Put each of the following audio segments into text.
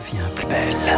devient plus belle.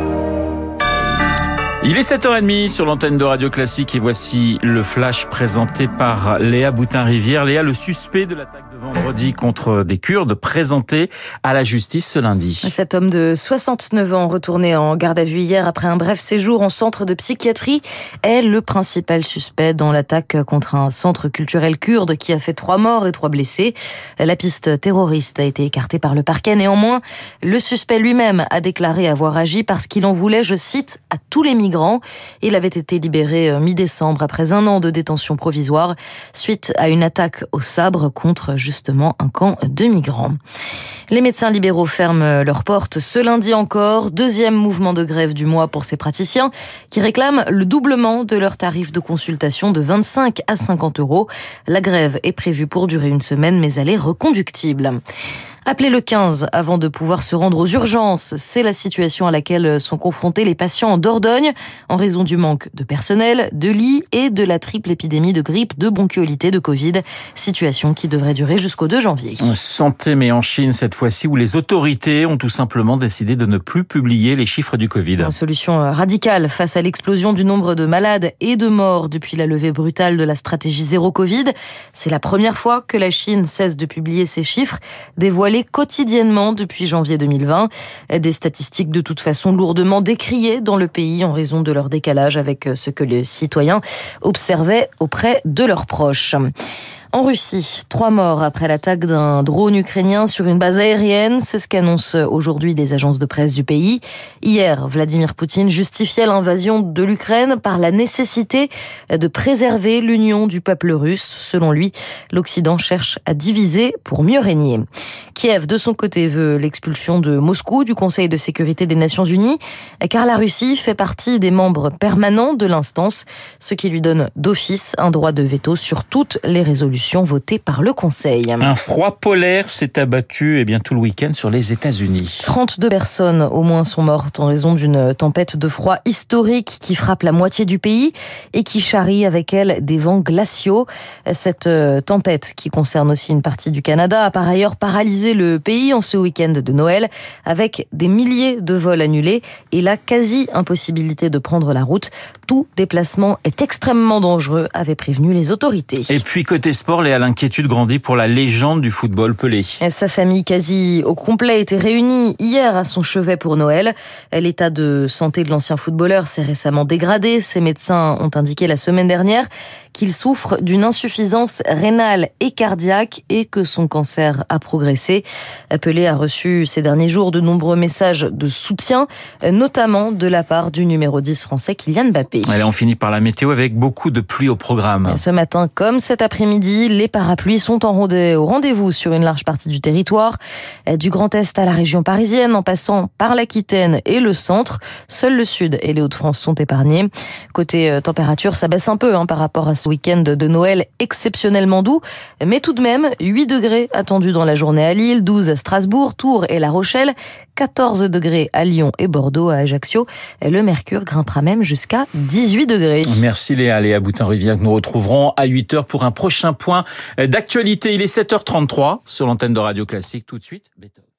Il est 7h30 sur l'antenne de Radio Classique et voici le flash présenté par Léa Boutin-Rivière. Léa, le suspect de l'attaque de vendredi contre des Kurdes présenté à la justice ce lundi. Cet homme de 69 ans retourné en garde à vue hier après un bref séjour en centre de psychiatrie est le principal suspect dans l'attaque contre un centre culturel kurde qui a fait 3 morts et 3 blessés. La piste terroriste a été écartée par le parquet. Néanmoins, le suspect lui-même a déclaré avoir agi parce qu'il en voulait, je cite, à tous les migrants. Il avait été libéré mi-décembre après 1 an de détention provisoire suite à une attaque au sabre contre justement un camp de migrants. Les médecins libéraux ferment leurs portes ce lundi encore. 2e mouvement de grève du mois pour ces praticiens qui réclament le doublement de leur tarif de consultation de 25 à 50 euros. La grève est prévue pour durer 1 semaine, mais elle est reconductible. Appelez le 15 avant de pouvoir se rendre aux urgences. C'est la situation à laquelle sont confrontés les patients en Dordogne en raison du manque de personnel, de lits et de la triple épidémie de grippe, de bronchiolite et de Covid. Situation qui devrait durer jusqu'au 2 janvier. Santé, mais en Chine cette fois-ci, où les autorités ont tout simplement décidé de ne plus publier les chiffres du Covid. Une solution radicale face à l'explosion du nombre de malades et de morts depuis la levée brutale de la stratégie zéro Covid. C'est la première fois que la Chine cesse de publier ces chiffres, dévoilés quotidiennement depuis janvier 2020. Des statistiques de toute façon lourdement décriées dans le pays en raison de leur décalage avec ce que les citoyens observaient auprès de leurs proches. En Russie, 3 morts après l'attaque d'un drone ukrainien sur une base aérienne. C'est ce qu'annoncent aujourd'hui les agences de presse du pays. Hier, Vladimir Poutine justifiait l'invasion de l'Ukraine par la nécessité de préserver l'union du peuple russe. Selon lui, l'Occident cherche à diviser pour mieux régner. Kiev, de son côté, veut l'expulsion de Moscou du Conseil de sécurité des Nations Unies, car la Russie fait partie des membres permanents de l'instance, ce qui lui donne d'office un droit de veto sur toutes les résolutions votées par le Conseil. Un froid polaire s'est abattu tout le week-end sur les États-Unis. 32 personnes au moins sont mortes en raison d'une tempête de froid historique qui frappe la moitié du pays et qui charrie avec elle des vents glaciaux. Cette tempête, qui concerne aussi une partie du Canada, a par ailleurs paralysé le pays en ce week-end de Noël avec des milliers de vols annulés et la quasi-impossibilité de prendre la route. Tout déplacement est extrêmement dangereux, avaient prévenu les autorités. Et puis côté sport, Léa, l'inquiétude grandit pour la légende du football Pelé. Sa famille quasi au complet était réunie hier à son chevet pour Noël. L'état de santé de l'ancien footballeur s'est récemment dégradé. Ses médecins ont indiqué la semaine dernière qu'il souffre d'une insuffisance rénale et cardiaque et que son cancer a progressé. Pelé a reçu ces derniers jours de nombreux messages de soutien, notamment de la part du numéro 10 français Kylian Mbappé. Allez, on finit par la météo avec beaucoup de pluie au programme. Ce matin, comme cet après-midi, les parapluies sont au rendez-vous sur une large partie du territoire. Du Grand Est à la région parisienne, en passant par l'Aquitaine et le centre. Seul le sud et les Hauts-de-France sont épargnés. Côté température, ça baisse un peu par rapport à ce week-end de Noël exceptionnellement doux. Mais tout de même, 8 degrés attendus dans la journée à Lille, 12 à Strasbourg, Tours et La Rochelle, 14 degrés à Lyon et Bordeaux, à Ajaccio. Le mercure grimpera même jusqu'à 18 degrés. Merci Léa Boutin-Rivière, que nous retrouverons à 8h pour un prochain point d'actualité. Il est 7h33 sur l'antenne de Radio Classique. Tout de suite, Beethoven.